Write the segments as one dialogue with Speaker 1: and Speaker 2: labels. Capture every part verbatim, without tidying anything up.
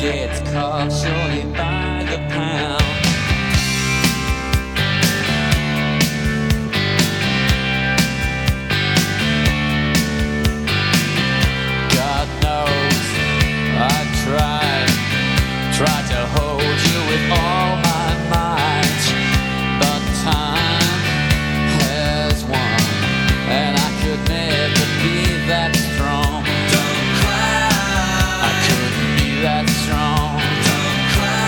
Speaker 1: gets caught surely by the pound. God knows I tried, tried to hold you with all my might, but time has won, and I could never be that strong. Don't cry, I couldn't be that strong. Don't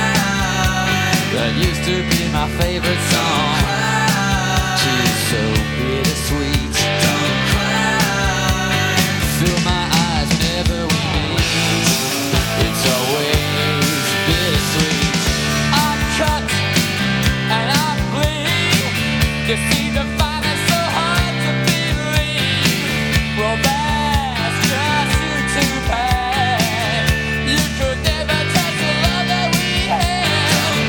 Speaker 1: cry, that used to be my favorite song. She's so bittersweet. Don't cry, fill my eyes whenever we meet. It's always bittersweet. I cut and I bleed. You see the finest so hard to believe. Well, that's just you too bad. You could never touch the love that we had. Don't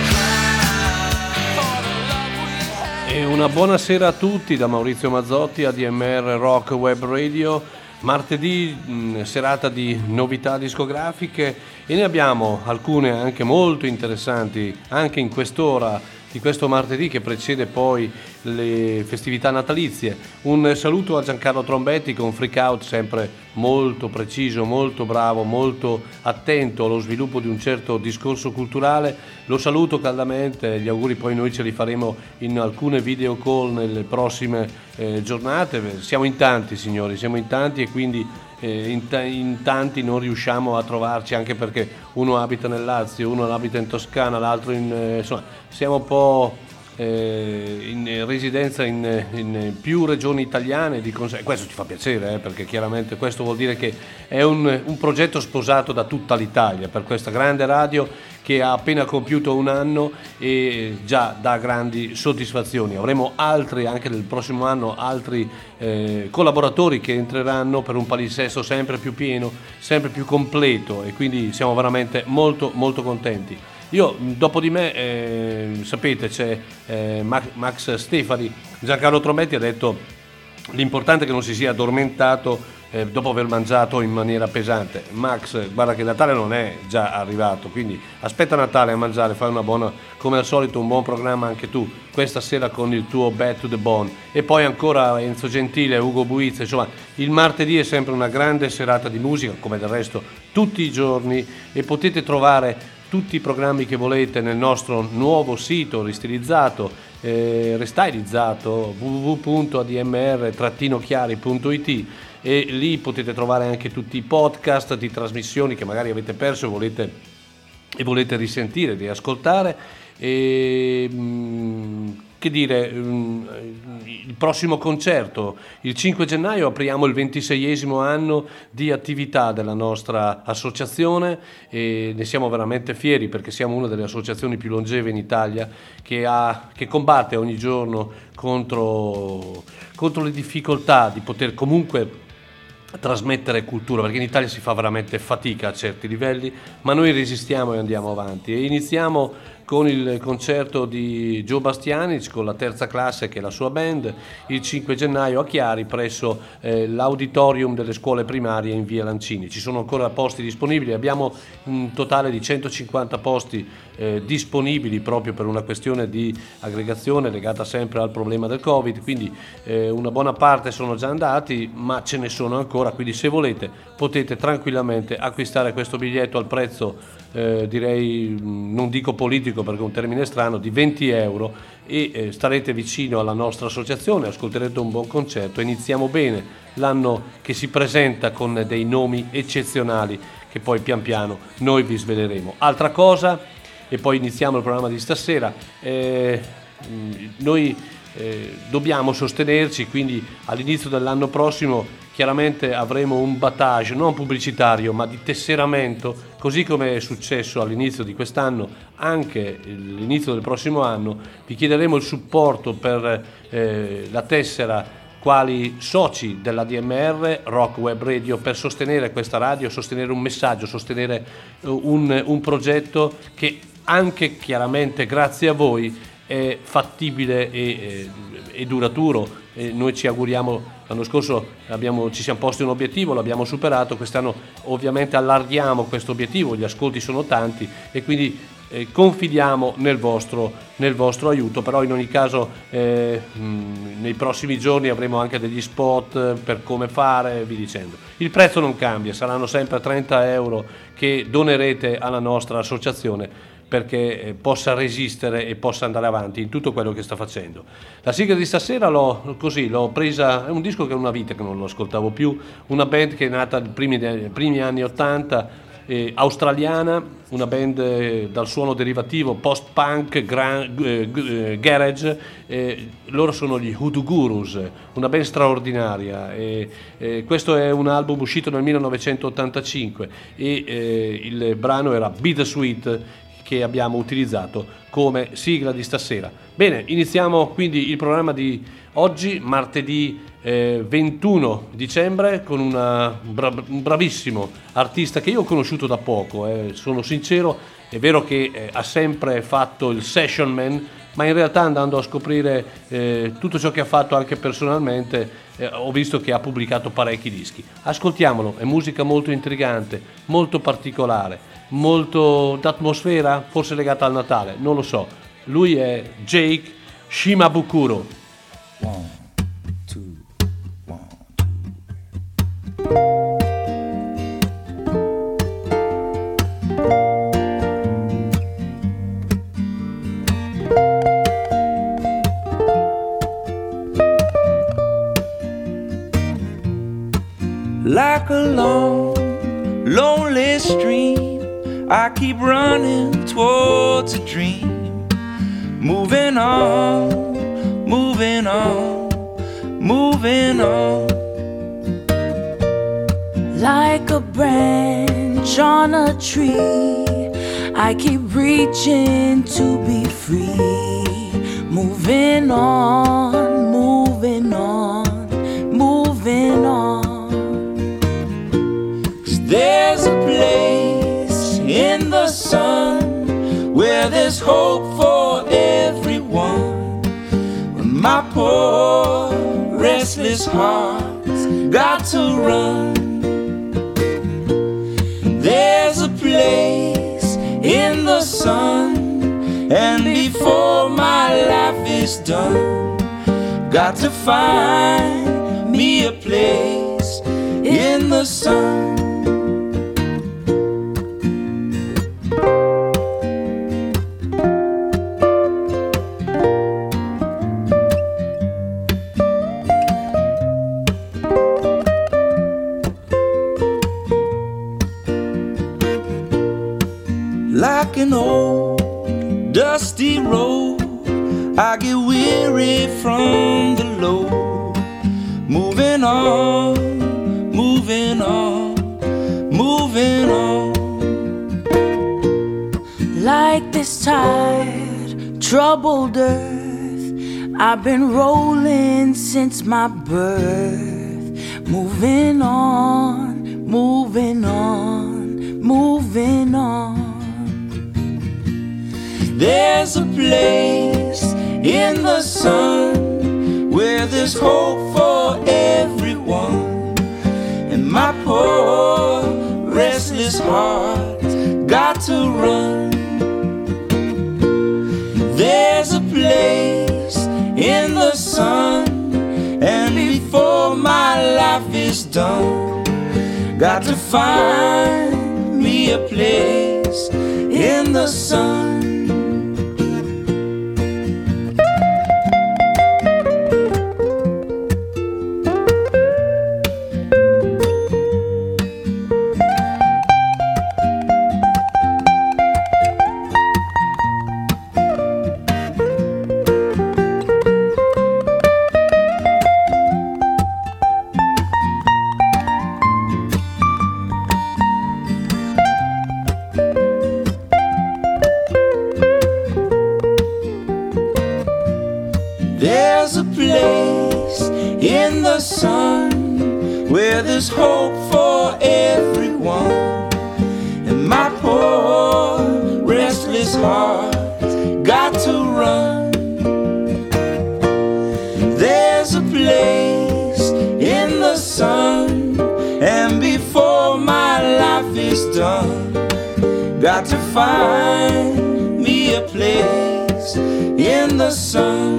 Speaker 1: cry for the love we had.
Speaker 2: E una buona sera a tutti da Maurizio Mazzotti a D M R Rock Web Radio. Martedì, mh, serata di novità discografiche, e ne abbiamo alcune anche molto interessanti anche in quest'ora di questo martedì che precede poi le festività natalizie. Un saluto a Giancarlo Trombetti con Freak Out, sempre molto preciso, molto bravo, molto attento allo sviluppo di un certo discorso culturale. Lo saluto caldamente, gli auguri poi noi ce li faremo in alcune video call nelle prossime eh, giornate. Siamo in tanti, signori, siamo in tanti, e quindi eh, in, t- in tanti non riusciamo a trovarci, anche perché uno abita nel Lazio, uno abita in Toscana, l'altro in... Eh, insomma, siamo un po' eh, in residenza in, in più regioni italiane, di cons- questo ci fa piacere, eh, perché chiaramente questo vuol dire che è un, un progetto sposato da tutta l'Italia per questa grande radio che ha appena compiuto un anno e già dà grandi soddisfazioni. Avremo altri anche nel prossimo anno, altri eh, collaboratori che entreranno per un palinsesto sempre più pieno, sempre più completo, e quindi siamo veramente molto molto contenti. Io, dopo di me, eh, sapete, c'è eh, Max Stefani. Giancarlo Trombetti ha detto l'importante è che non si sia addormentato eh, dopo aver mangiato in maniera pesante. Max, guarda che Natale non è già arrivato, quindi aspetta Natale a mangiare, fai una buona, come al solito, un buon programma anche tu questa sera con il tuo Bad to the Bone, e poi ancora Enzo Gentile, Ugo Buizza. Insomma, il martedì è sempre una grande serata di musica, come del resto tutti i giorni, e potete trovare tutti i programmi che volete nel nostro nuovo sito ristilizzato, eh, restylizzato, w w w punto a d m r chiari punto i t, e lì potete trovare anche tutti i podcast di trasmissioni che magari avete perso e volete, e volete risentire, riascoltare. E mh, che dire, mh, il prossimo concerto, il cinque gennaio apriamo il ventiseiesimo anno di attività della nostra associazione, e ne siamo veramente fieri perché siamo una delle associazioni più longeve in Italia, che, ha, che combatte ogni giorno contro, contro le difficoltà di poter comunque trasmettere cultura, perché in Italia si fa veramente fatica a certi livelli, ma noi resistiamo e andiamo avanti. E iniziamo con il concerto di Joe Bastianic con la terza classe, che è la sua band, il cinque gennaio a Chiari presso eh, l'auditorium delle scuole primarie in via Lancini. Ci sono ancora posti disponibili, abbiamo un totale di centocinquanta posti eh, disponibili, proprio per una questione di aggregazione legata sempre al problema del Covid, quindi eh, una buona parte sono già andati, ma ce ne sono ancora, quindi se volete potete tranquillamente acquistare questo biglietto al prezzo Eh, direi, non dico politico perché è un termine strano, di venti euro, e eh, starete vicino alla nostra associazione, ascolterete un buon concerto. Iniziamo bene l'anno, che si presenta con dei nomi eccezionali che poi pian piano noi vi sveleremo. Altra cosa, e poi iniziamo il programma di stasera. eh, noi eh, dobbiamo sostenerci, quindi all'inizio dell'anno prossimo chiaramente avremo un battage non pubblicitario ma di tesseramento, così come è successo all'inizio di quest'anno, anche all'inizio del prossimo anno vi chiederemo il supporto per eh, la tessera quali soci dell'A D M R Rock Web Radio, per sostenere questa radio, sostenere un messaggio, sostenere un, un progetto che anche chiaramente grazie a voi è fattibile e, e, e duraturo. E noi ci auguriamo, l'anno scorso abbiamo, ci siamo posti un obiettivo, l'abbiamo superato, quest'anno ovviamente allarghiamo questo obiettivo, gli ascolti sono tanti e quindi eh, confidiamo nel vostro, nel vostro aiuto, però in ogni caso eh, mh, nei prossimi giorni avremo anche degli spot per come fare, vi dicendo. Il prezzo non cambia, saranno sempre trenta euro che donerete alla nostra associazione perché possa resistere e possa andare avanti in tutto quello che sta facendo. La sigla di stasera l'ho così, l'ho presa, è un disco che è una vita che non lo ascoltavo più, una band che è nata nei primi, primi anni ottanta, eh, australiana, una band eh, dal suono derivativo post-punk, gran, eh, garage, eh, loro sono gli Hoodoo Gurus, una band straordinaria, e, eh, questo è un album uscito nel millenovecentottantacinque e eh, il brano era Bittersweet, che abbiamo utilizzato come sigla di stasera. Bene, iniziamo quindi il programma di oggi, martedì eh, ventuno dicembre, con una bra- un bravissimo artista che io ho conosciuto da poco, eh, sono sincero, è vero che eh, ha sempre fatto il session man, ma in realtà andando a scoprire eh, tutto ciò che ha fatto anche personalmente, eh, ho visto che ha pubblicato parecchi dischi. Ascoltiamolo, è musica molto intrigante, molto particolare, molto d'atmosfera, forse legata al Natale, non lo so. Lui è Jake Shimabukuro.
Speaker 3: One, two, one, two. Like a long, lonely stream, I keep running towards a dream. Moving on, moving on, moving on.
Speaker 4: Like a branch on a tree, I keep reaching to be free. Moving on, moving on, moving on. 'Cause there's a place in the sun where there's hope for everyone. When my poor restless heart's got to run. There's a place in the sun, and before my life is done, got to find me a place in the sun. Like an old dusty road, I get weary from the load. Moving on, moving on, moving on. Like this tired, troubled earth, I've been rolling since my birth. Moving on, moving on, moving on.
Speaker 3: There's a place in the sun where there's hope for everyone. And my poor restless heart's got to run. There's a place in the sun, and before my life is done, got to find me a place in the sun. There's a place in the sun where there's hope for everyone. And my poor restless heart's got to run. got to find me a place in the sun.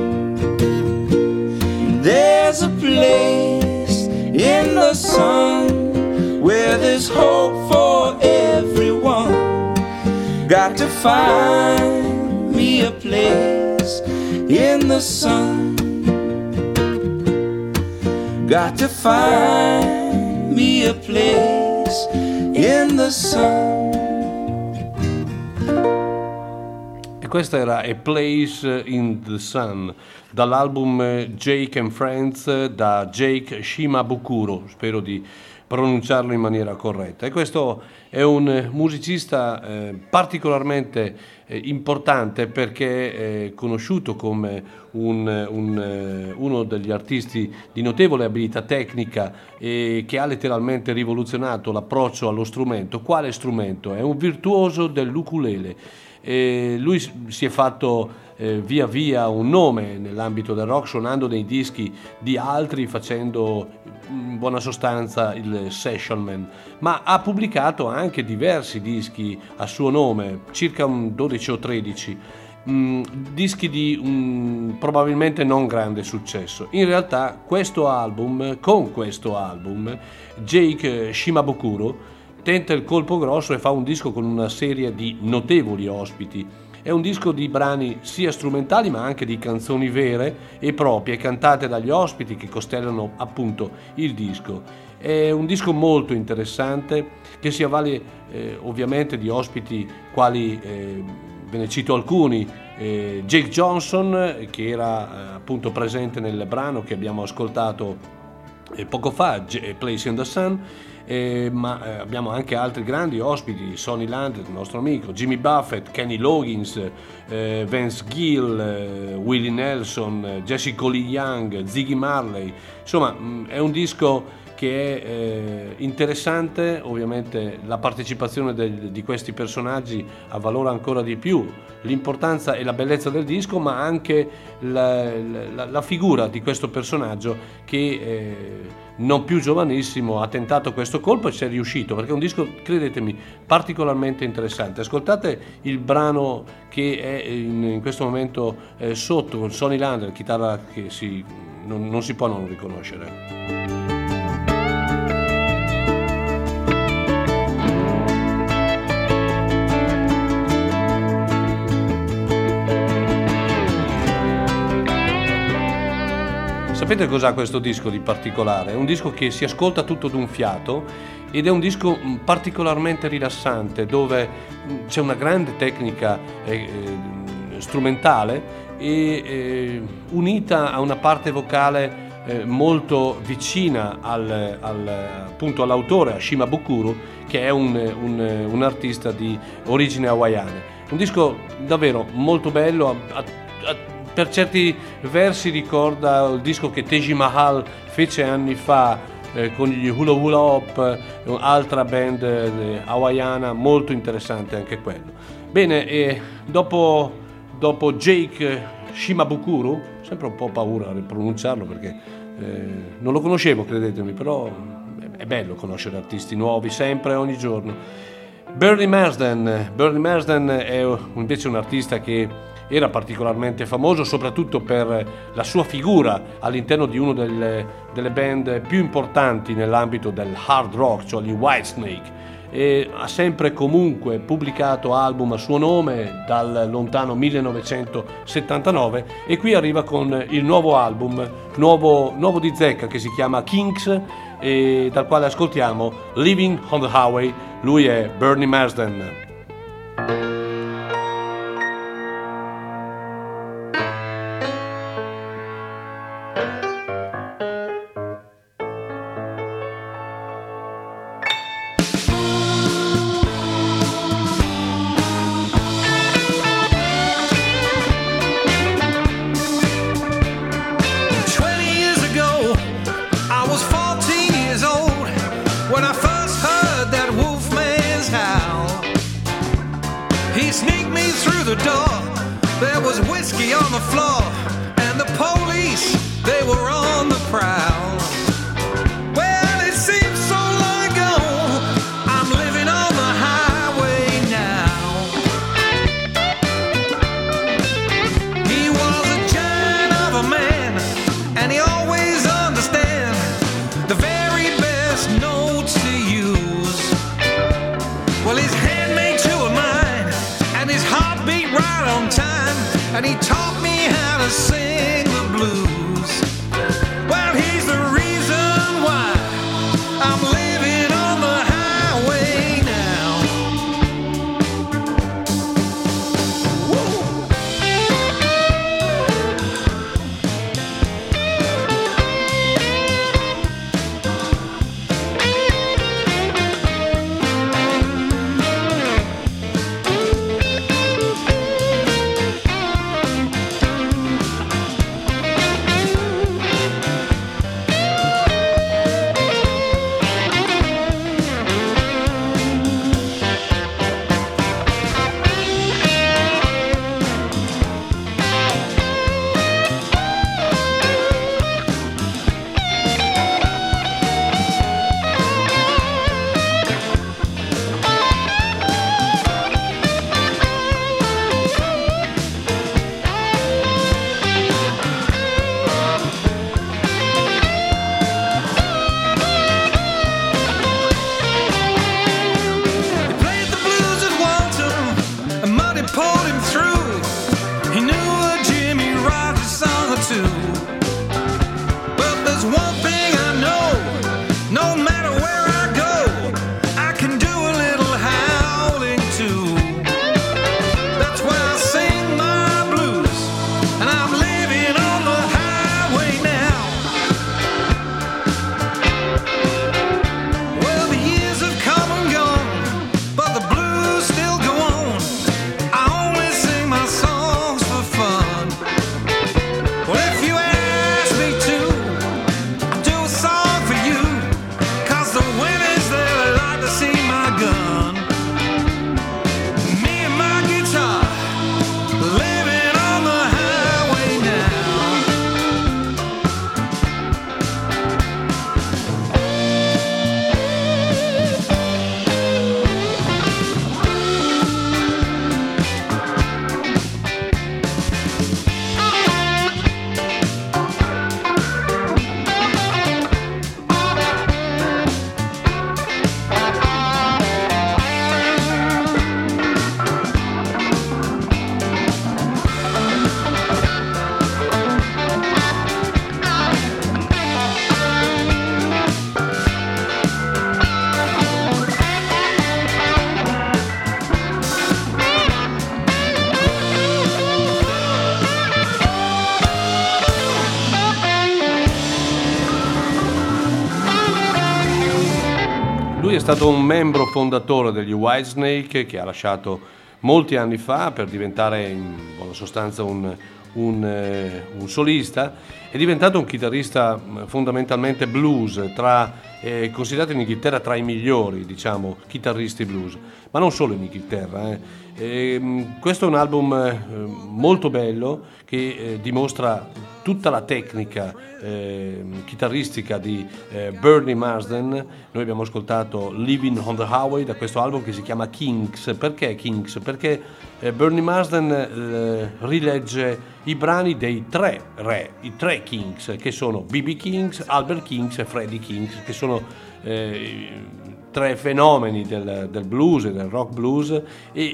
Speaker 3: There's a place in the sun where there's hope for everyone. Got to find me a place in the sun. Got to find me a place in the sun.
Speaker 2: E questa era A Place in the Sun dall'album Jake and Friends da Jake Shimabukuro, spero di pronunciarlo in maniera corretta. E questo è un musicista eh, particolarmente eh, importante perché è conosciuto come un, un, eh, uno degli artisti di notevole abilità tecnica e che ha letteralmente rivoluzionato l'approccio allo strumento. Quale strumento? È un virtuoso dell'ukulele. E lui si è fatto eh, via via un nome nell'ambito del rock, suonando nei dischi di altri, facendo in buona sostanza il session man, ma ha pubblicato anche diversi dischi a suo nome, circa un dodici o tredici, mh, dischi di un probabilmente non grande successo. In realtà questo album, con questo album, Jake Shimabukuro tenta il colpo grosso e fa un disco con una serie di notevoli ospiti. È un disco di brani sia strumentali ma anche di canzoni vere e proprie cantate dagli ospiti che costellano appunto il disco. È un disco molto interessante che si avvale eh, ovviamente di ospiti quali, eh, ve ne cito alcuni, eh, Jake Johnson, che era eh, appunto presente nel brano che abbiamo ascoltato eh, poco fa, A Place in the Sun. Eh, ma eh, abbiamo anche altri grandi ospiti, Sonny Land, il nostro amico, Jimmy Buffett, Kenny Loggins, eh, Vance Gill, eh, Willie Nelson, eh, Jesse Coley Young, Ziggy Marley. Insomma, mh, è un disco che è eh, interessante. Ovviamente la partecipazione del, di questi personaggi avvalora ancora di più l'importanza e la bellezza del disco, ma anche la, la, la figura di questo personaggio che eh, non più giovanissimo ha tentato questo colpo e ci è riuscito, perché è un disco, credetemi, particolarmente interessante. Ascoltate il brano che è in, in questo momento eh, sotto, con Sonny Land, chitarra che si, non, non si può non riconoscere. Sapete cos'ha questo disco di particolare? È un disco che si ascolta tutto d'un fiato ed è un disco particolarmente rilassante, dove c'è una grande tecnica eh, strumentale e eh, unita a una parte vocale eh, molto vicina al, al, appunto all'autore, a Shimabukuro, che è un, un, un artista di origine hawaiane. Un disco davvero molto bello, a, a, a, per certi versi ricorda il disco che Teji Mahal fece anni fa eh, con gli Hula Hula Hop, un'altra band eh, hawaiana, molto interessante anche quello. Bene, e dopo, dopo Jake Shimabukuro, sempre un po' paura a pronunciarlo perché eh, non lo conoscevo, credetemi, però è bello conoscere artisti nuovi sempre, ogni giorno. Bernie Marsden. Bernie Marsden è invece un artista che era particolarmente famoso soprattutto per la sua figura all'interno di una delle, delle band più importanti nell'ambito del hard rock, cioè gli Whitesnake, e ha sempre comunque pubblicato album a suo nome dal lontano millenovecentosettantanove, e qui arriva con il nuovo album, nuovo, nuovo di zecca, che si chiama Kinks, e dal quale ascoltiamo Living on the Highway. Lui è Bernie Marsden.
Speaker 5: Well, it seems so long ago. I'm living on the highway now. and he taught me how to sing the blues. Well, he's the reason why I'm living on the highway now. Woo!
Speaker 2: Lui è stato un membro fondatore degli Whitesnake, che ha lasciato molti anni fa per diventare in buona sostanza un, un, eh, un solista. È diventato un chitarrista fondamentalmente blues, tra, eh, considerato in Inghilterra tra i migliori, diciamo, chitarristi blues, ma non solo in Inghilterra. Eh. E, questo è un album eh, molto bello che eh, dimostra tutta la tecnica eh, chitarristica di eh, Bernie Marsden. Noi abbiamo ascoltato Living on the Highway da questo album che si chiama Kings. Perché Kings? Perché eh, Bernie Marsden eh, rilegge i brani dei tre re, i tre Kings, che sono B B King, Albert King e Freddie King, che sono eh, tre fenomeni del, del blues e del rock blues, e,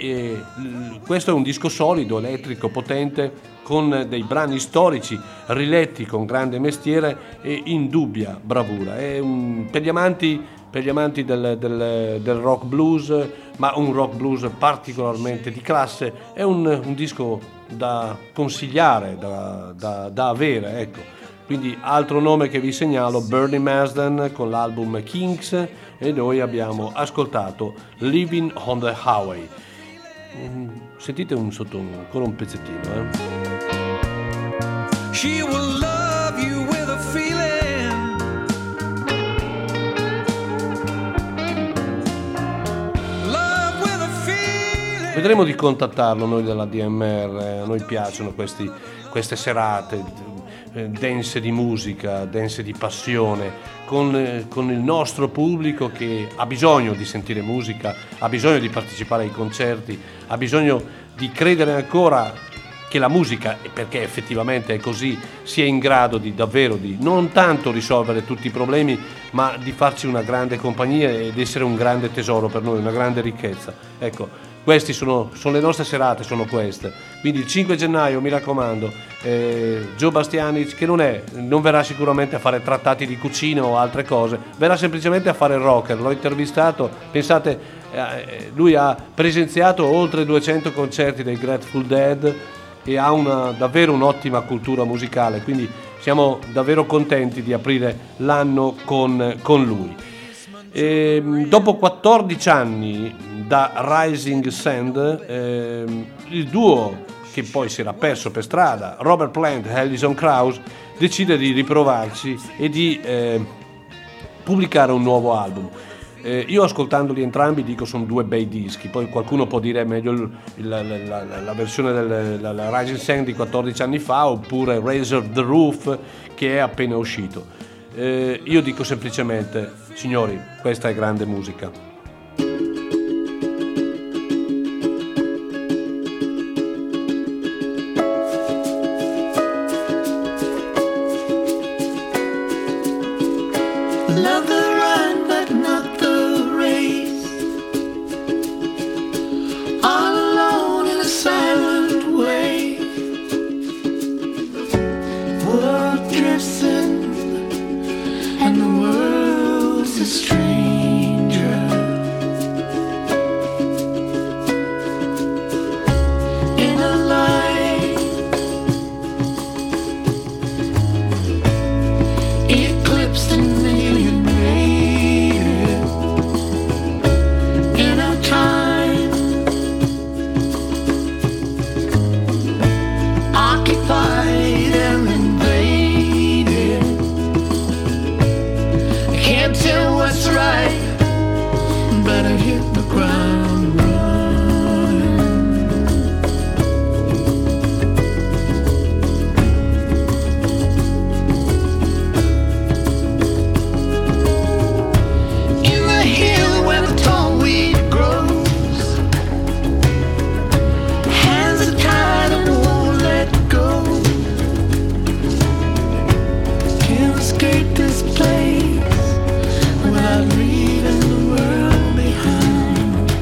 Speaker 2: e questo è un disco solido, elettrico, potente, con dei brani storici riletti con grande mestiere e indubbia bravura. È un, per gli amanti, per gli amanti del, del, del rock blues, ma un rock blues particolarmente di classe, è un, un disco da consigliare, da, da, da avere, ecco. Quindi altro nome che vi segnalo, Bernie Marsden con l'album Kings, e noi abbiamo ascoltato Living on the Highway. Sentite un sotto ancora un pezzettino, eh.
Speaker 5: She will love you with a feeling. Love with a feeling.
Speaker 2: Vedremo di contattarlo noi della D M R, a noi piacciono questi, queste serate dense di musica, dense di passione, con, con il nostro pubblico che ha bisogno di sentire musica, ha bisogno di partecipare ai concerti, ha bisogno di credere ancora che la musica, perché effettivamente è così, sia in grado di davvero di non tanto risolvere tutti i problemi, ma di farci una grande compagnia ed essere un grande tesoro per noi, una grande ricchezza. Ecco, questi sono, sono le nostre serate, sono queste. Quindi il cinque gennaio, mi raccomando, eh, Joe Bastianic, che non è, non verrà sicuramente a fare trattati di cucina o altre cose, verrà semplicemente a fare il rocker. L'ho intervistato, pensate, eh, lui ha presenziato oltre duecento concerti dei Grateful Dead e ha una, davvero un'ottima cultura musicale, quindi siamo davvero contenti di aprire l'anno con, con lui. E, dopo quattordici anni da Rising Sand, eh, il duo che poi si era perso per strada, Robert Plant e Alison Krauss, decide di riprovarci e di eh, pubblicare un nuovo album. Eh, io ascoltandoli entrambi dico sono due bei dischi, poi qualcuno può dire meglio il, il, la, la, la versione del la, la Rising Sand di quattordici anni fa oppure Razor the Roof che è appena uscito. Eh, io dico semplicemente, signori, questa è grande musica.
Speaker 6: Love the run, but not the race. All alone in a silent way. World drifts in, and the world's a stranger. In a light, eclipsed in million rays. In a time, occupied and invaded. Can't tell what's right, better hit the ground running. In the hill where the tall weed grows, hands are tied and won't let go. Can't escape this place without leaving the world behind.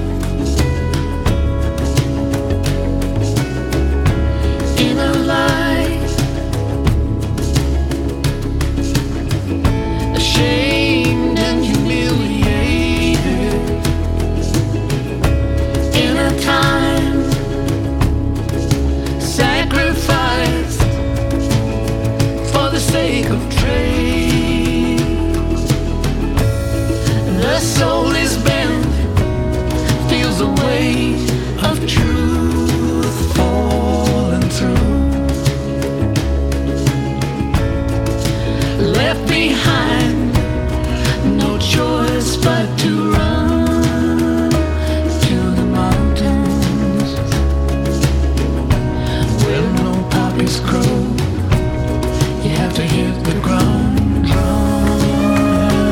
Speaker 6: In a life, ashamed and humiliated. In a time, sacrificed for the sake of trade. The soul is bent, feels the weight of truth falling through. Left behind, no choice but to run to the mountains where no poppies grow. You have to hit the ground running.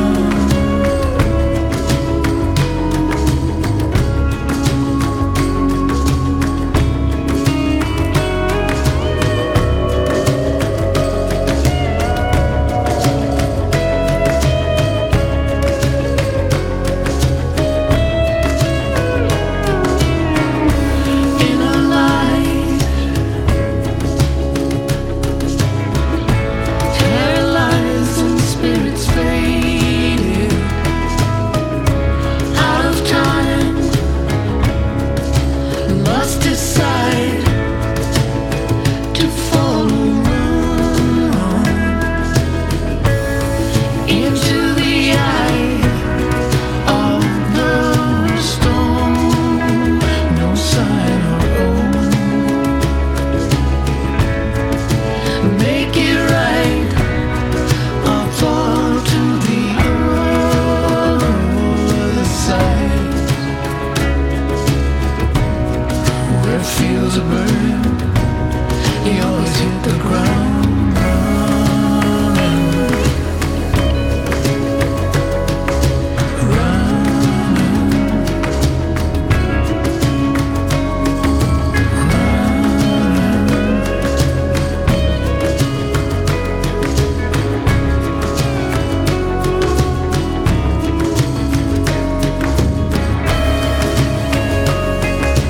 Speaker 6: In a life, paralyzed and spirits faded, out of time, must decide to follow on into the eye of the storm. No sign or own. Make it right or fall to the other side. Where it feels a burden, you always hit the ground running. Running. Running.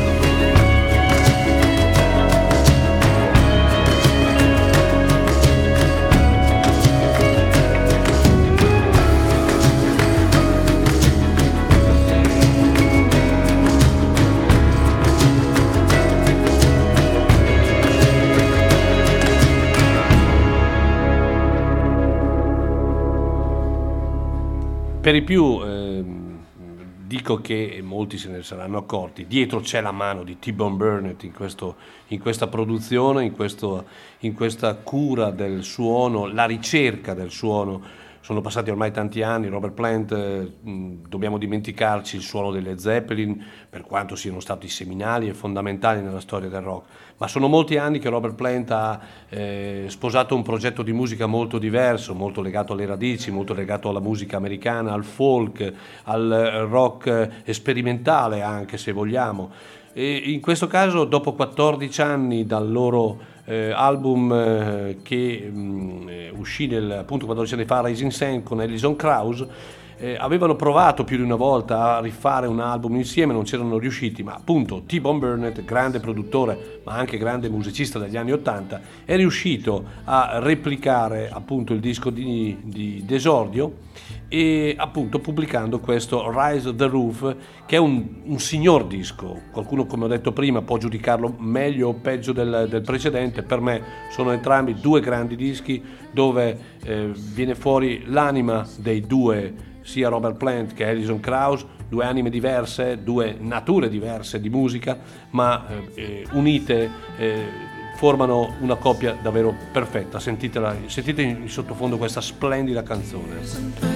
Speaker 2: per i più eh, dico che molti se ne saranno accorti, dietro c'è la mano di T-Bone Burnett in, questo, in questa produzione, in, questo, in questa cura del suono, la ricerca del suono. Sono passati ormai tanti anni, Robert Plant, eh, dobbiamo dimenticarci il suono delle Zeppelin, per quanto siano stati seminali e fondamentali nella storia del rock, ma sono molti anni che Robert Plant ha eh, sposato un progetto di musica molto diverso, molto legato alle radici, molto legato alla musica americana, al folk, al rock sperimentale anche, se vogliamo. E in questo caso, dopo quattordici anni dal loro eh, album eh, che mh, uscì nel, appunto quattordici anni fa, Rising Sun con Alison Krauss, eh, avevano provato più di una volta a rifare un album insieme, non c'erano riusciti, ma appunto T-Bone Burnett, grande produttore ma anche grande musicista degli anni ottanta, è riuscito a replicare appunto il disco di, di d'esordio, e appunto pubblicando questo Rise the Roof, che è un, un signor disco. Qualcuno, come ho detto prima, può giudicarlo meglio o peggio del, del precedente. Per me sono entrambi due grandi dischi dove eh, viene fuori l'anima dei due, sia Robert Plant che Alison Krauss, due anime diverse, due nature diverse di musica, ma eh, unite eh, formano una coppia davvero perfetta. Sentitela, sentite in sottofondo questa splendida canzone.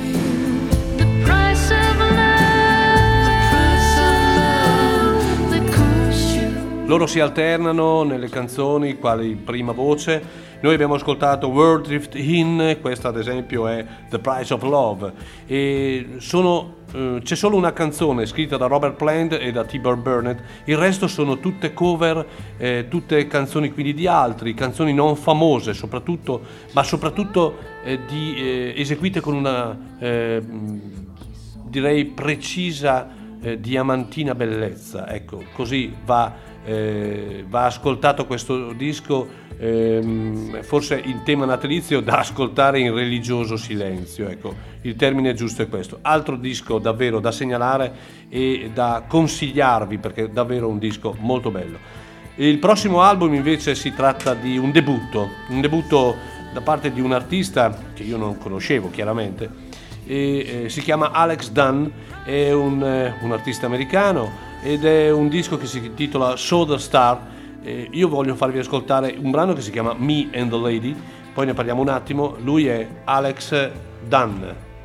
Speaker 2: Loro si alternano nelle canzoni quali prima voce. Noi abbiamo ascoltato World Drift In, questa ad esempio è The Price of Love, e sono, eh, c'è solo una canzone scritta da Robert Plant e da T-Bone Burnett, il resto sono tutte cover, eh, tutte canzoni quindi di altri, canzoni non famose soprattutto, ma soprattutto eh, di, eh, eseguite con una eh, direi precisa eh, diamantina bellezza, ecco, così va Eh, va ascoltato questo disco, ehm, forse in tema natalizio, da ascoltare in religioso silenzio, ecco, il termine giusto è questo. Altro disco davvero da segnalare e da consigliarvi, perché è davvero un disco molto bello. Il prossimo album invece si tratta di un debutto, un debutto da parte di un artista che io non conoscevo chiaramente, e, eh, si chiama Alex Dunn, è un, eh, un artista americano, ed è un disco che si intitola Solar Star. Eh, io voglio farvi ascoltare un brano che si chiama Me and the Lady, poi ne parliamo un attimo. Lui è Alex Dunn.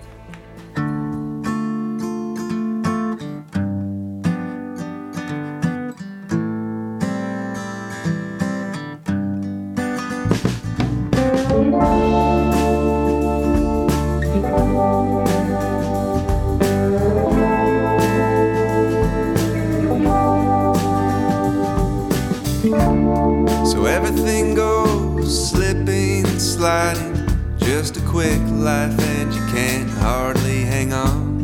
Speaker 7: Just a quick life and you can't hardly hang on.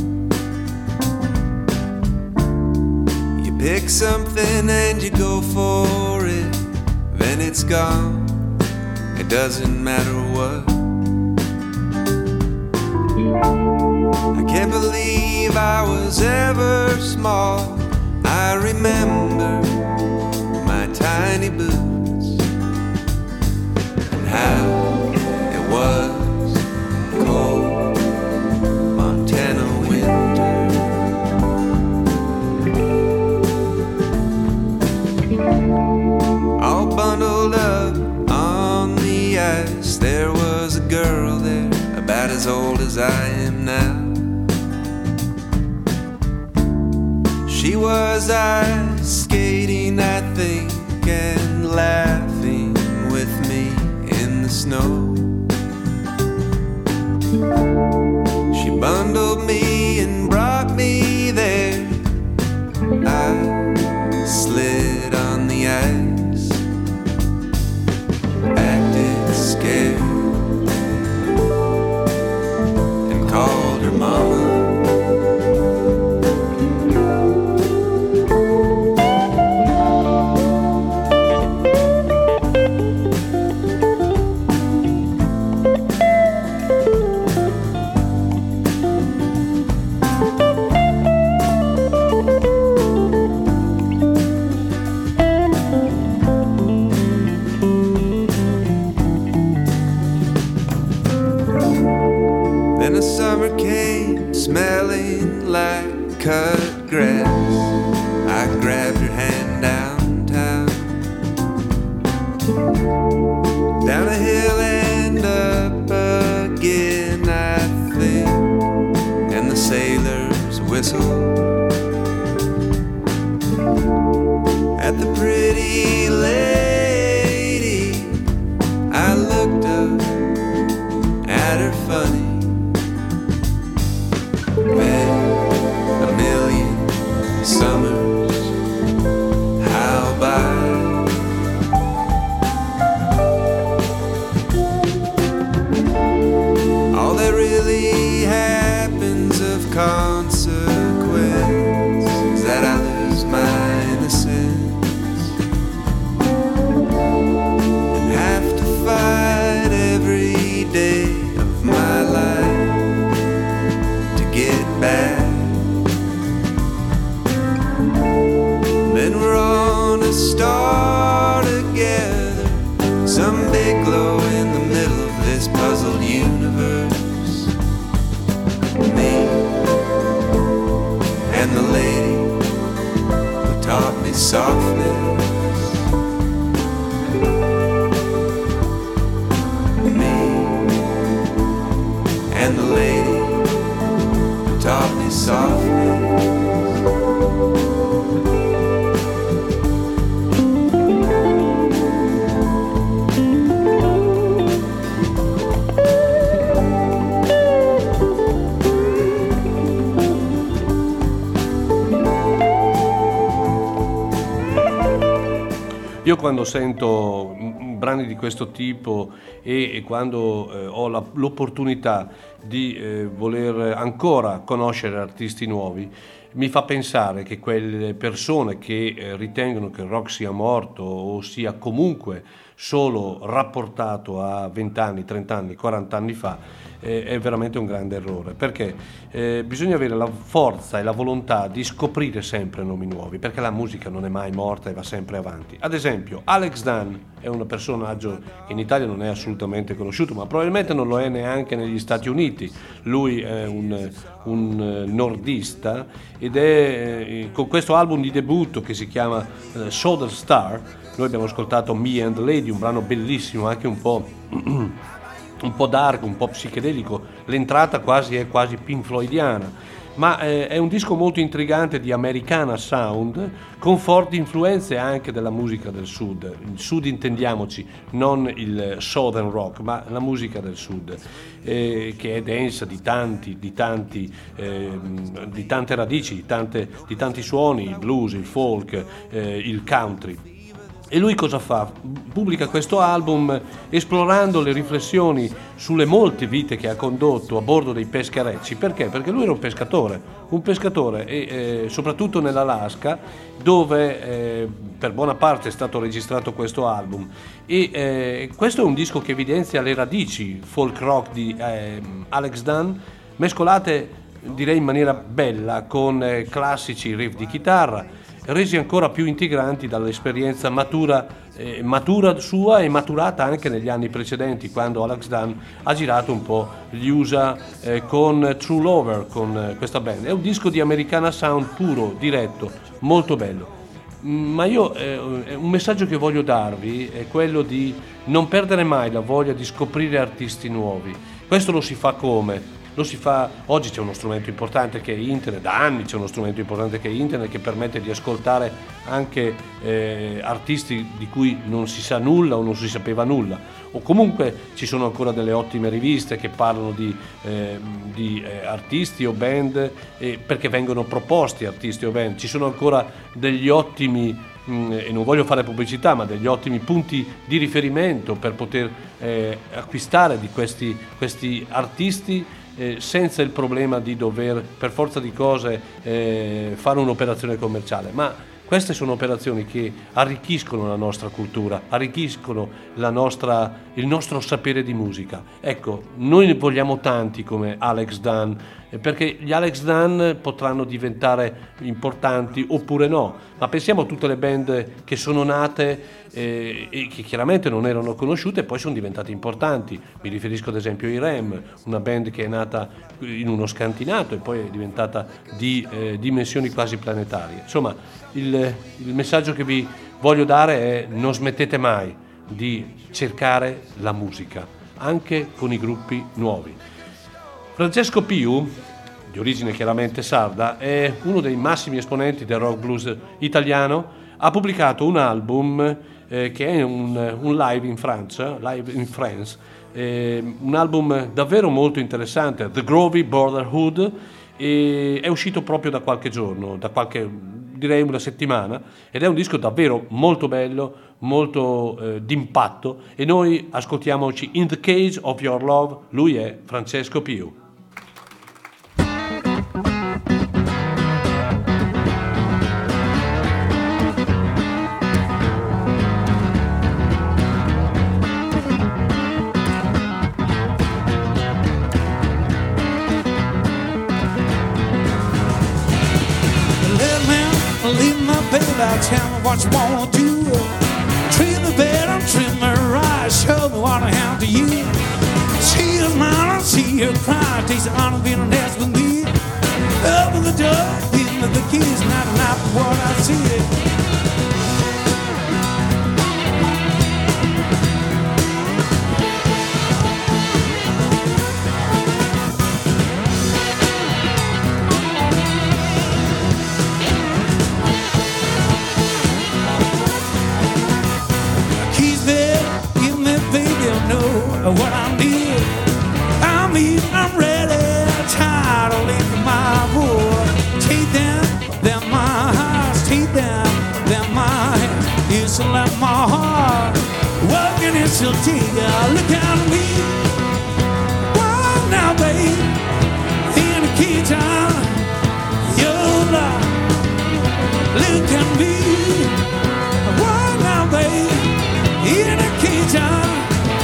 Speaker 7: You pick something and you go for it, then it's gone. It doesn't matter what. I can't believe I was ever small. I remember my tiny boots and how it was cold Montana winter. All bundled up on the ice, there was a girl there about as old as I am now. She was ice skating, I think, and laughing with me in the snow. She bundled me and brought me there. I slid on the ice, acted scared, and called her mama. at the pretty lady. I looked up at her funny. Then a million summers how by. All that really happens of consequence is that I lose my innocence and have to fight every day of my life to get back. Then we're on a star together, some big glow in the middle of this puzzled universe. Me and the lady who taught me softness. Me and the lady who taught me softness.
Speaker 2: Io quando sento brani di questo tipo e, e quando eh, ho la, l'opportunità di eh, voler ancora conoscere artisti nuovi, mi fa pensare che quelle persone che eh, ritengono che il rock sia morto o sia comunque solo rapportato a venti anni, trenta anni, quaranta anni fa, eh, è veramente un grande errore, perché eh, bisogna avere la forza e la volontà di scoprire sempre nomi nuovi, perché la musica non è mai morta e va sempre avanti. Ad esempio, Alex Dunn è un personaggio che in Italia non è assolutamente conosciuto, ma probabilmente non lo è neanche negli Stati Uniti. Lui è un, un nordista ed è eh, con questo album di debutto che si chiama eh, Southern Star. Noi abbiamo ascoltato Me and the Lady, un brano bellissimo, anche un po' un po' dark, un po' psichedelico. L'entrata quasi è quasi Pink Floydiana, ma eh, è un disco molto intrigante di Americana Sound, con forti influenze anche della musica del sud. Il sud, intendiamoci, non il southern rock, ma la musica del sud, eh, che è densa di tanti, di tanti, eh, di tante radici, di, tante, di tanti suoni, il blues, il folk, eh, il country. E lui cosa fa? Pubblica questo album esplorando le riflessioni sulle molte vite che ha condotto a bordo dei pescherecci. Perché? Perché lui era un pescatore, un pescatore e eh, soprattutto nell'Alaska, dove eh, per buona parte è stato registrato questo album. E eh, questo è un disco che evidenzia le radici folk rock di eh, Alex Dunn, mescolate direi in maniera bella con eh, classici riff di chitarra, resi ancora più integranti dall'esperienza matura, eh, matura sua e maturata anche negli anni precedenti, quando Alex Dunn ha girato un po' gli U S A eh, con True Lover, con eh, questa band. È un disco di Americana Sound puro, diretto, molto bello. Ma io eh, un messaggio che voglio darvi è quello di non perdere mai la voglia di scoprire artisti nuovi. Questo lo si fa come? Lo si fa, oggi c'è uno strumento importante che è internet, da anni c'è uno strumento importante che è internet, che permette di ascoltare anche eh, artisti di cui non si sa nulla o non si sapeva nulla, o comunque ci sono ancora delle ottime riviste che parlano di, eh, di eh, artisti o band, eh, perché vengono proposti artisti o band. Ci sono ancora degli ottimi, mh, e non voglio fare pubblicità, ma degli ottimi punti di riferimento per poter eh, acquistare di questi, questi artisti, Eh, senza il problema di dover per forza di cose eh, fare un'operazione commerciale. Ma queste sono operazioni che arricchiscono la nostra cultura, arricchiscono la nostra, il nostro sapere di musica. Ecco, noi ne vogliamo tanti come Alex Dunn, eh, perché gli Alex Dunn potranno diventare importanti oppure no, ma pensiamo a tutte le band che sono nate eh, e che chiaramente non erano conosciute e poi sono diventate importanti. Mi riferisco ad esempio ai Rem, una band che è nata in uno scantinato e poi è diventata di eh, dimensioni quasi planetarie. Insomma, il, il messaggio che vi voglio dare è: non smettete mai di cercare la musica, anche con i gruppi nuovi. Francesco Piu, di origine chiaramente sarda, è uno dei massimi esponenti del rock blues italiano. ha pubblicato un album eh, che è un, un live in Francia, live in France, eh, un album davvero molto interessante, The Groovy Brotherhood, e è uscito proprio da qualche giorno, da qualche, direi una settimana, ed è un disco davvero molto bello, molto eh, d'impatto, e noi ascoltiamoci In the Cage of Your Love. Lui è Francesco Piu.
Speaker 8: Tell me what you wanna do. Trim the bed, I'm trim her eyes. Show me what I have to you. See her smile, see her cry. Taste the honor, being dance with me. Open the door, give me the keys. Not enough for what I see. What I need, I'm eating, I'm ready, tired of leaving my wood. Take them, they're my hearts, take them, they're my hands. It's like my heart, working it till take a look at me. Well, now, babe, in the kitchen, your love, look at me. Well, now, babe, in the kitchen.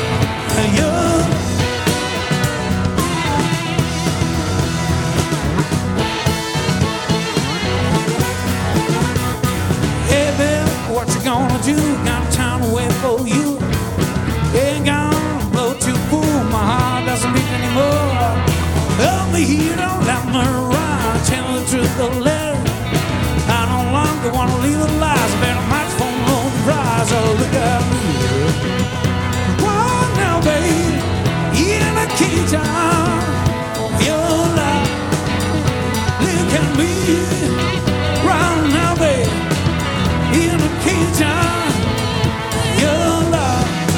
Speaker 8: Hey, babe, what you gonna do? Got time to wait for you. Ain't gonna blow too cool. My heart doesn't beat anymore. Help me here, don't let me run. Tell the truth, the letter. I no longer wanna leave the lies. Better microphone on the prize. Oh, look at me. Now, babe, in the kitchen, your love, look at me. Right now, babe, in the kitchen, your love.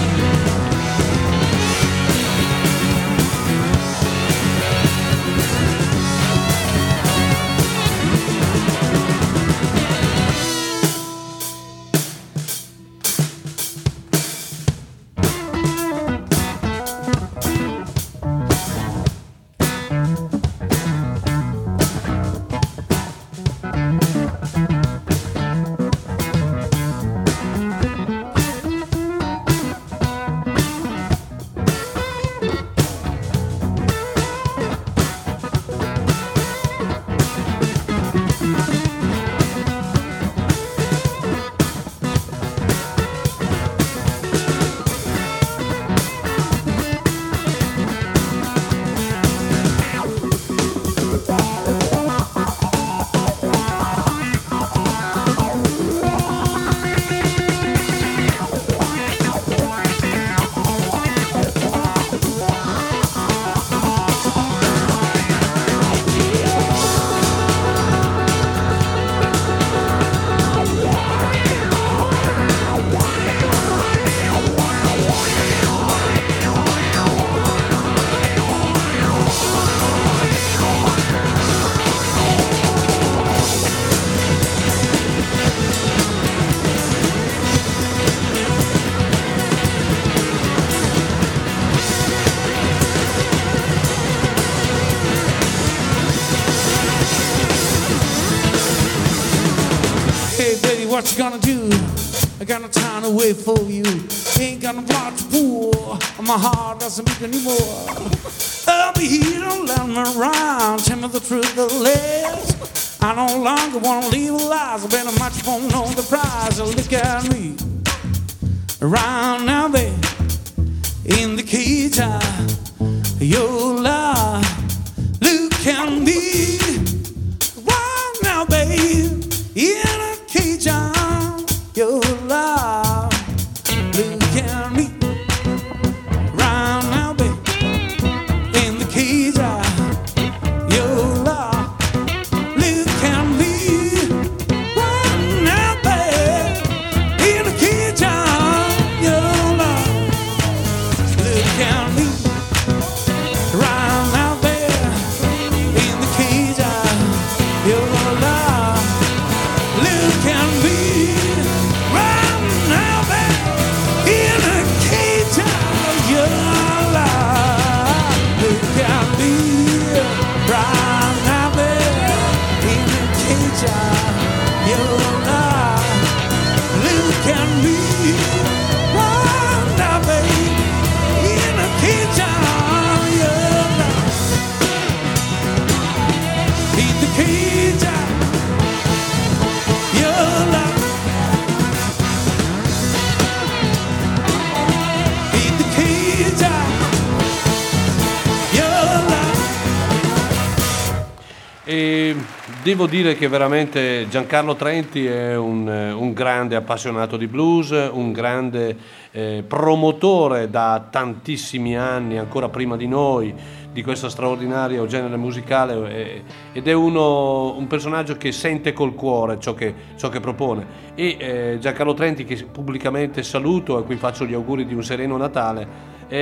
Speaker 8: What you gonna do? I got no time to wait for you. Ain't got no blood to pour. My heart doesn't beat anymore. I'll be here, don't let me around. Tell me the truth, the less. I no longer wanna leave lies. I better much won't know the prize. So look at me. Around now, babe. In the kitchen, your love. Look at me. Around now, babe. In the kitchen, your love. Look at me. Round now, babe. In the kitchen, your love. Look at me. Round now, babe.
Speaker 2: Devo dire che veramente Giancarlo Trenti è un, un grande appassionato di blues, un grande eh, promotore da tantissimi anni, ancora prima di noi, di questo straordinario genere musicale, eh, ed è uno, un personaggio che sente col cuore ciò che, ciò che propone. E eh, Giancarlo Trenti, che pubblicamente saluto e a cui faccio gli auguri di un sereno Natale, è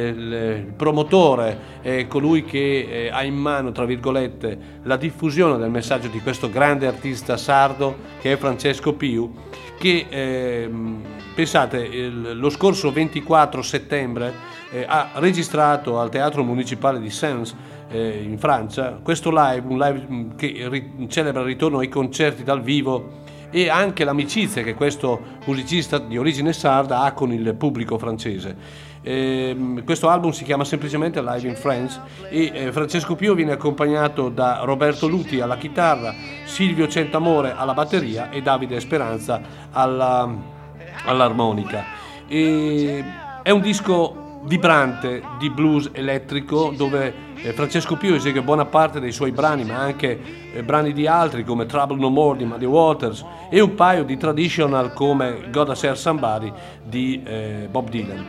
Speaker 2: il promotore, è colui che ha in mano, tra virgolette, la diffusione del messaggio di questo grande artista sardo che è Francesco Piu, che eh, pensate il, lo scorso ventiquattro settembre eh, ha registrato al Teatro Municipale di Sens eh, in Francia questo live, un live che ri- celebra il ritorno ai concerti dal vivo e anche l'amicizia che questo musicista di origine sarda ha con il pubblico francese. Eh, questo album si chiama semplicemente Live in France e eh, Francesco Piu viene accompagnato da Roberto Luti alla chitarra, Silvio Centamore alla batteria e Davide Speranza alla, all'armonica. E è un disco vibrante di blues elettrico dove eh, Francesco Piu esegue buona parte dei suoi brani, ma anche eh, brani di altri come Trouble No More di Muddy Waters e un paio di traditional come Gotta Share Somebody di eh, Bob Dylan.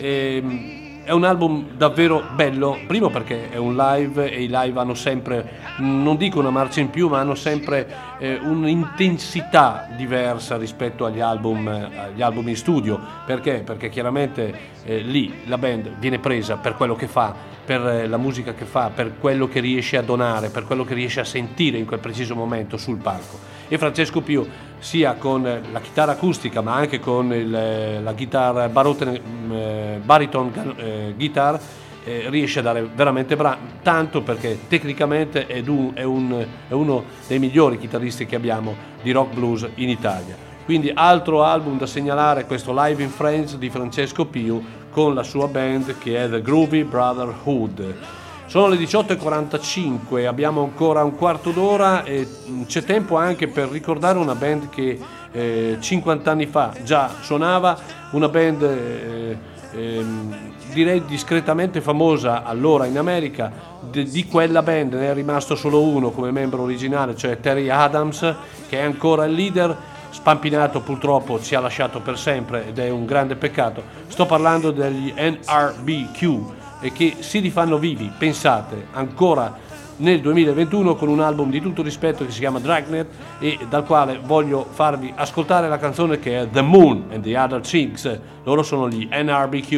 Speaker 2: E, è un album davvero bello, primo perché è un live e i live hanno sempre, non dico una marcia in più, ma hanno sempre eh, un'intensità diversa rispetto agli album, eh, agli album in studio. Perché? Perché chiaramente eh, lì la band viene presa per quello che fa, per eh, la musica che fa, per quello che riesce a donare, per quello che riesce a sentire in quel preciso momento sul palco. E Francesco Piu, sia con la chitarra acustica ma anche con il, la chitarra baroton, eh, bariton eh, guitar, eh, riesce a dare veramente bra- tanto, perché tecnicamente è, un, è, un, è uno dei migliori chitarristi che abbiamo di rock blues in Italia. Quindi altro album da segnalare, questo Live in France di Francesco Piu con la sua band che è The Groovy Brotherhood. Sono le diciotto e quarantacinque, abbiamo ancora un quarto d'ora e c'è tempo anche per ricordare una band che eh, cinquanta anni fa già suonava, una band eh, eh, direi discretamente famosa allora in America. De, di quella band ne è rimasto solo uno come membro originale, cioè Terry Adams, che è ancora il leader. Spampinato purtroppo ci ha lasciato per sempre ed è un grande peccato. Sto parlando degli N R B Q, e che si rifanno vivi, pensate, ancora nel duemilaventuno con un album di tutto rispetto che si chiama Dragnet e dal quale voglio farvi ascoltare la canzone che è The Moon and the Other Things. Loro sono gli N R B Q.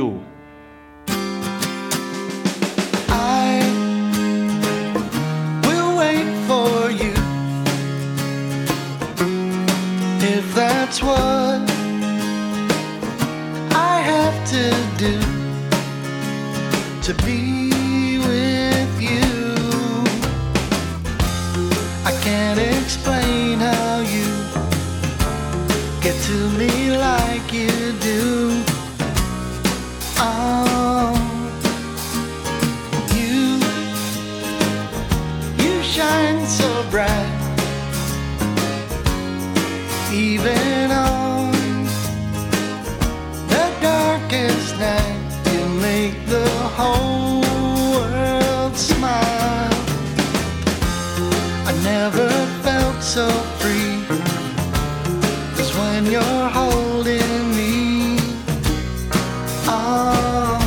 Speaker 9: I will wait for you if that's what I have to do to be with you. I can't explain how you get to me like you do. Oh, you, you shine so bright, even on the darkest night. Make the whole world smile. I never felt so free as when you're holding me. Oh,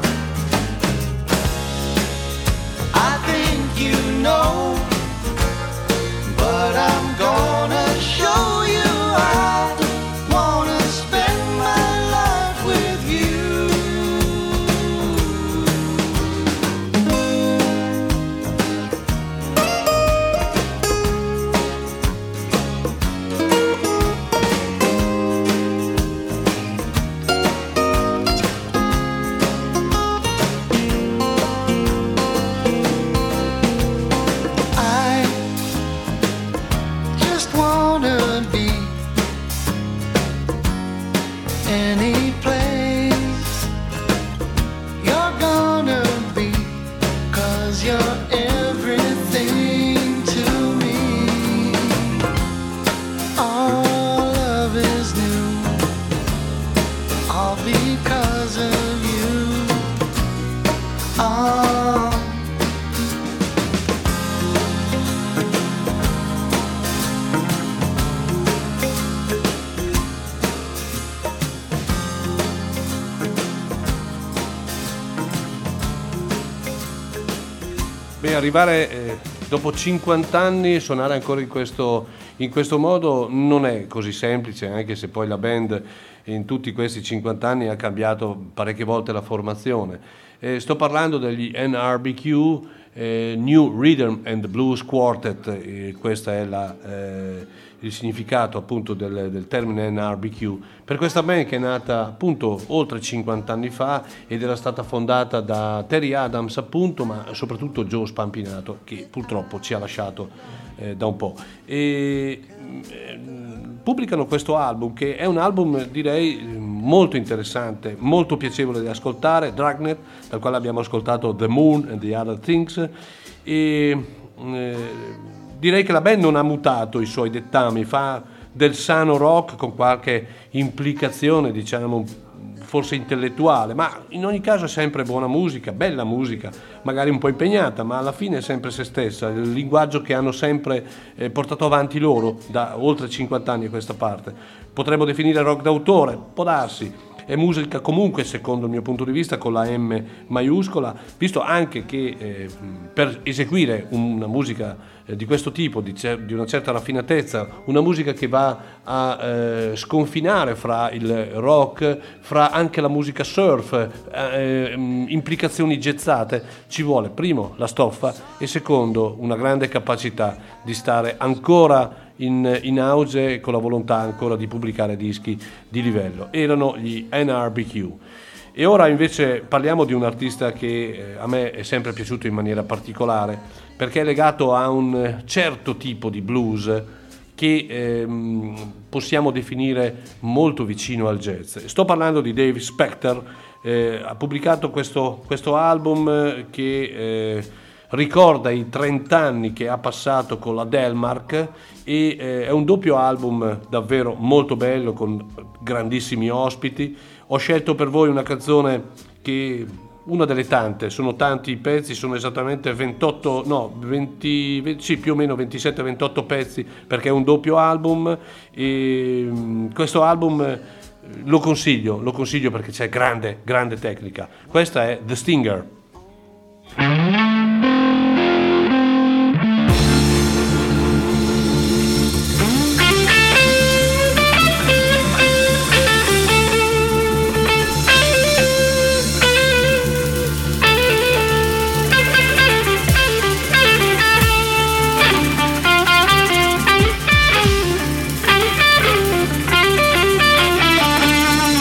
Speaker 9: I think you know, but I'm gonna show you I wanna spend my life with you.
Speaker 2: Sì, arrivare eh, dopo cinquanta anni, suonare ancora in questo, in questo modo non è così semplice, anche se poi la band in tutti questi cinquanta anni ha cambiato parecchie volte la formazione. Eh, sto parlando degli N R B Q, eh, New Rhythm and Blues Quartet, eh, questo è la, eh, il significato appunto del, del termine N R B Q, per questa band che è nata appunto oltre cinquanta anni fa ed era stata fondata da Terry Adams appunto, ma soprattutto Joe Spampinato, che purtroppo ci ha lasciato eh, da un po'. E, eh, pubblicano questo album che è un album direi molto interessante, molto piacevole da ascoltare, Dragnet, dal quale abbiamo ascoltato The Moon and the Other Things, e eh, direi che la band non ha mutato i suoi dettami, fa del sano rock con qualche implicazione diciamo forse intellettuale, ma in ogni caso è sempre buona musica, bella musica, magari un po' impegnata, ma alla fine è sempre se stessa, il linguaggio che hanno sempre eh, portato avanti loro da oltre cinquanta anni a questa parte. Potremmo definire rock d'autore, può darsi, è musica comunque secondo il mio punto di vista con la M maiuscola, visto anche che eh, per eseguire una musica eh, di questo tipo, di, cer- di una certa raffinatezza, una musica che va a eh, sconfinare fra il rock, fra anche la musica surf, eh, implicazioni jazzate, ci vuole primo la stoffa e secondo una grande capacità di stare ancora In, in auge con la volontà ancora di pubblicare dischi di livello. Erano gli N R B Q. E ora invece parliamo di un artista che eh, a me è sempre piaciuto in maniera particolare perché è legato a un certo tipo di blues che ehm, possiamo definire molto vicino al jazz. Sto parlando di Dave Spector, eh, ha pubblicato questo, questo album che eh, ricorda i trenta anni che ha passato con la Delmark e eh, è un doppio album davvero molto bello con grandissimi ospiti. Ho scelto per voi una canzone che una delle tante, sono tanti i pezzi, sono esattamente ventotto, no, venti, venti sì, più o meno ventisette ventotto pezzi perché è un doppio album e um, questo album lo consiglio, lo consiglio perché c'è grande, grande tecnica. Questa è The Stinger.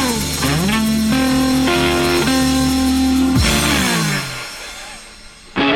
Speaker 10: Thank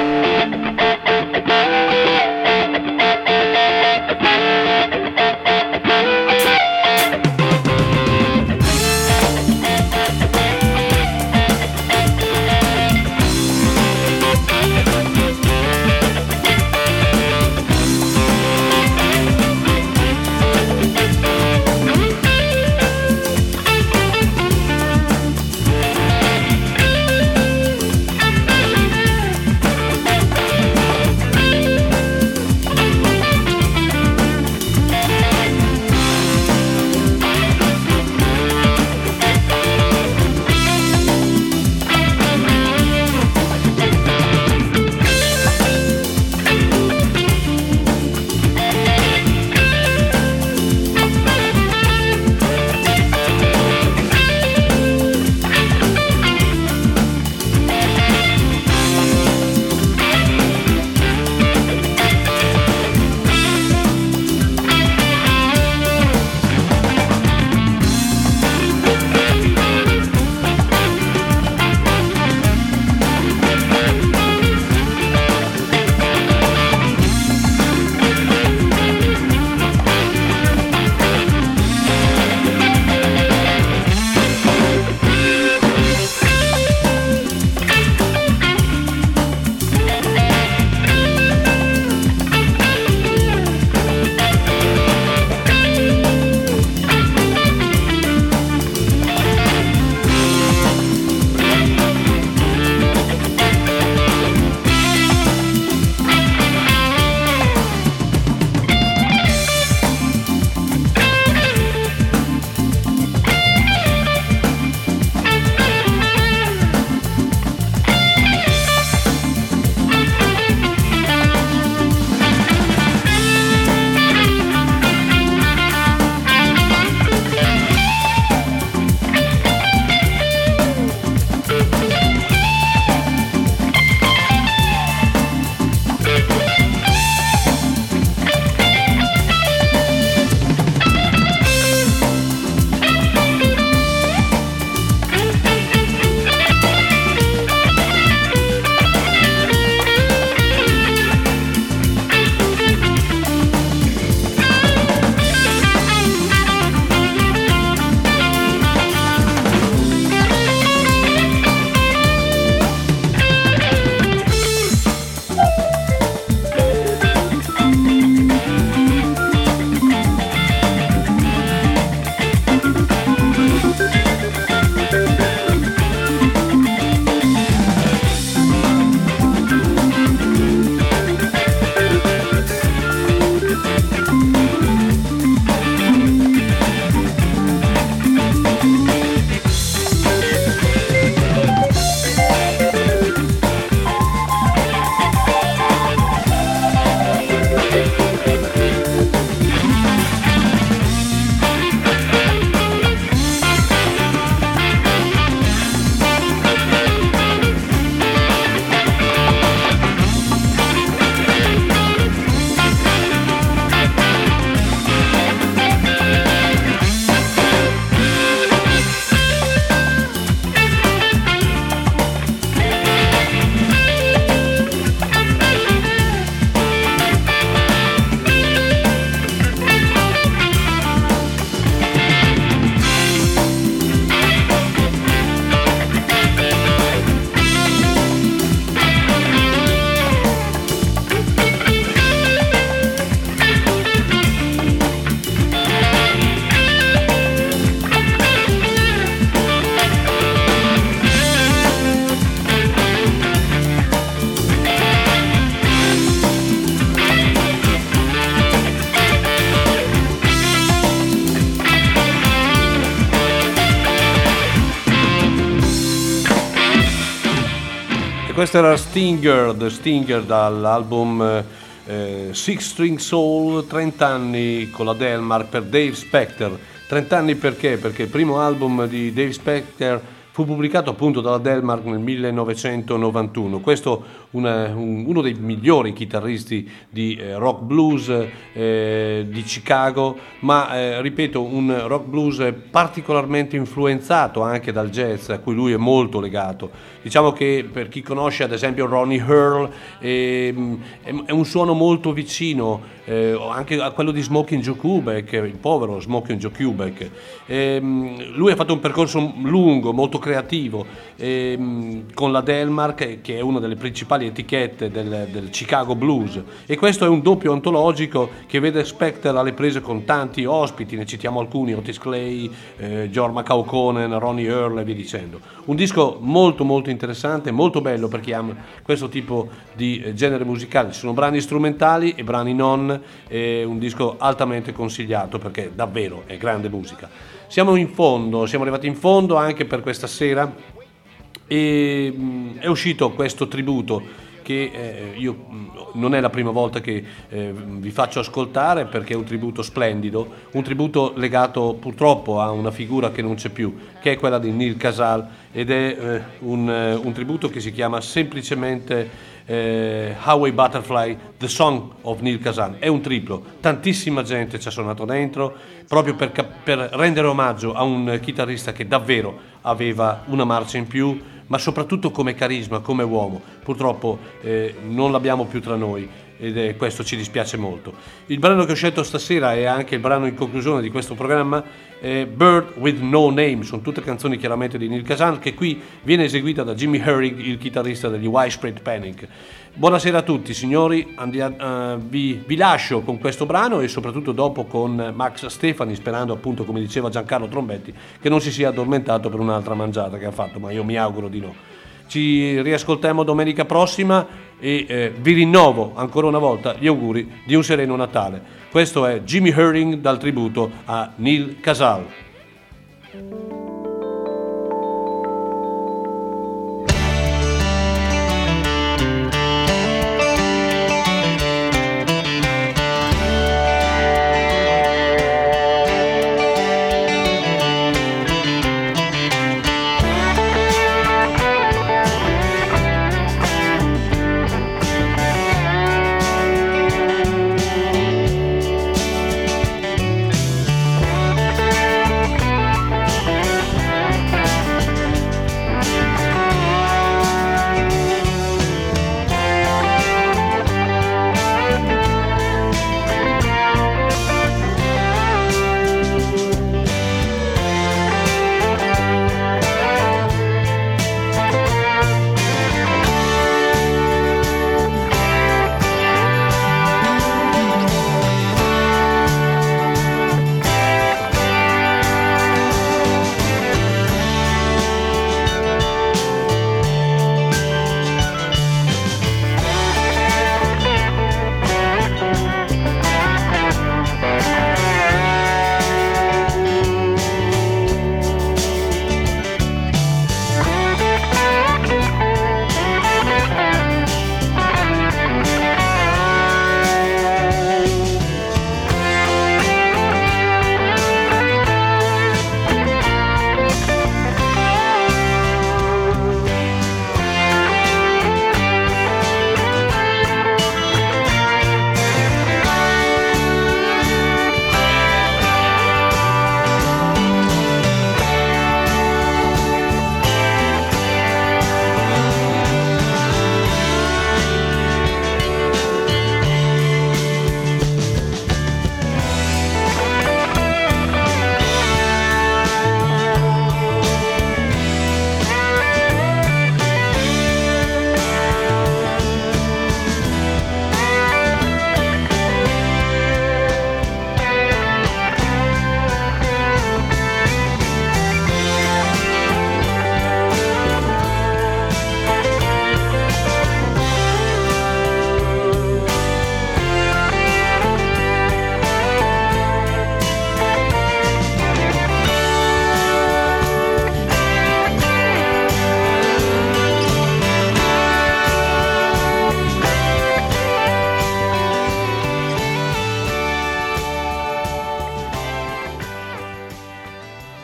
Speaker 2: questo era Stinger, The Stinger dall'album eh, Six String Soul, trenta anni con la Delmark per Dave Specter. trenta anni perché? Perché il primo album di Dave Specter fu pubblicato appunto dalla Delmark nel millenovecentonovantuno. Questo una, un, uno dei migliori chitarristi di eh, rock blues eh, di Chicago, ma eh, ripeto, un rock blues particolarmente influenzato anche dal jazz, a cui lui è molto legato. Diciamo che per chi conosce ad esempio Ronnie Earl eh, è un suono molto vicino eh, anche a quello di Smoking Joe Kubek, il povero Smoking Joe Kubek. Eh, lui ha fatto un percorso lungo, molto creativo, eh, con la Delmark, che è una delle principali etichette del, del Chicago Blues, e questo è un doppio antologico che vede Specter alle prese con tanti ospiti, ne citiamo alcuni: Otis Clay, eh, George McCauconen, Ronnie Earl e via dicendo. Un disco molto molto interessante, molto bello per chi ama questo tipo di eh, genere musicale. Ci sono brani strumentali e brani non, è un disco altamente consigliato perché davvero è grande musica. Siamo in fondo, siamo arrivati in fondo anche per questa sera, e mh, è uscito questo tributo che eh, io mh, non è la prima volta che eh, vi faccio ascoltare, perché è un tributo splendido, un tributo legato purtroppo a una figura che non c'è più, che è quella di Neal Casal, ed è eh, un, eh, un tributo che si chiama semplicemente Eh, Highway Butterfly, The Song of Neal Casal. È un triplo, tantissima gente ci ha suonato dentro, proprio per, per rendere omaggio a un chitarrista che davvero aveva una marcia in più, ma soprattutto come carisma, come uomo. Purtroppo eh, non l'abbiamo più tra noi, ed è, questo ci dispiace molto. Il brano che ho scelto stasera è anche il brano in conclusione di questo programma, eh, Bird with No Name. Sono tutte canzoni chiaramente di Neal Casal, che qui viene eseguita da Jimmy Herring, il chitarrista degli Widespread Panic. Buonasera a tutti signori, Andia, uh, vi, vi lascio con questo brano e soprattutto dopo con Max Stefani, sperando appunto, come diceva Giancarlo Trombetti, che non si sia addormentato per un'altra mangiata che ha fatto, ma io mi auguro di no. Ci riascoltiamo domenica prossima e eh, vi rinnovo ancora una volta gli auguri di un sereno Natale. Questo è Jimmy Herring dal tributo a Neal Casal.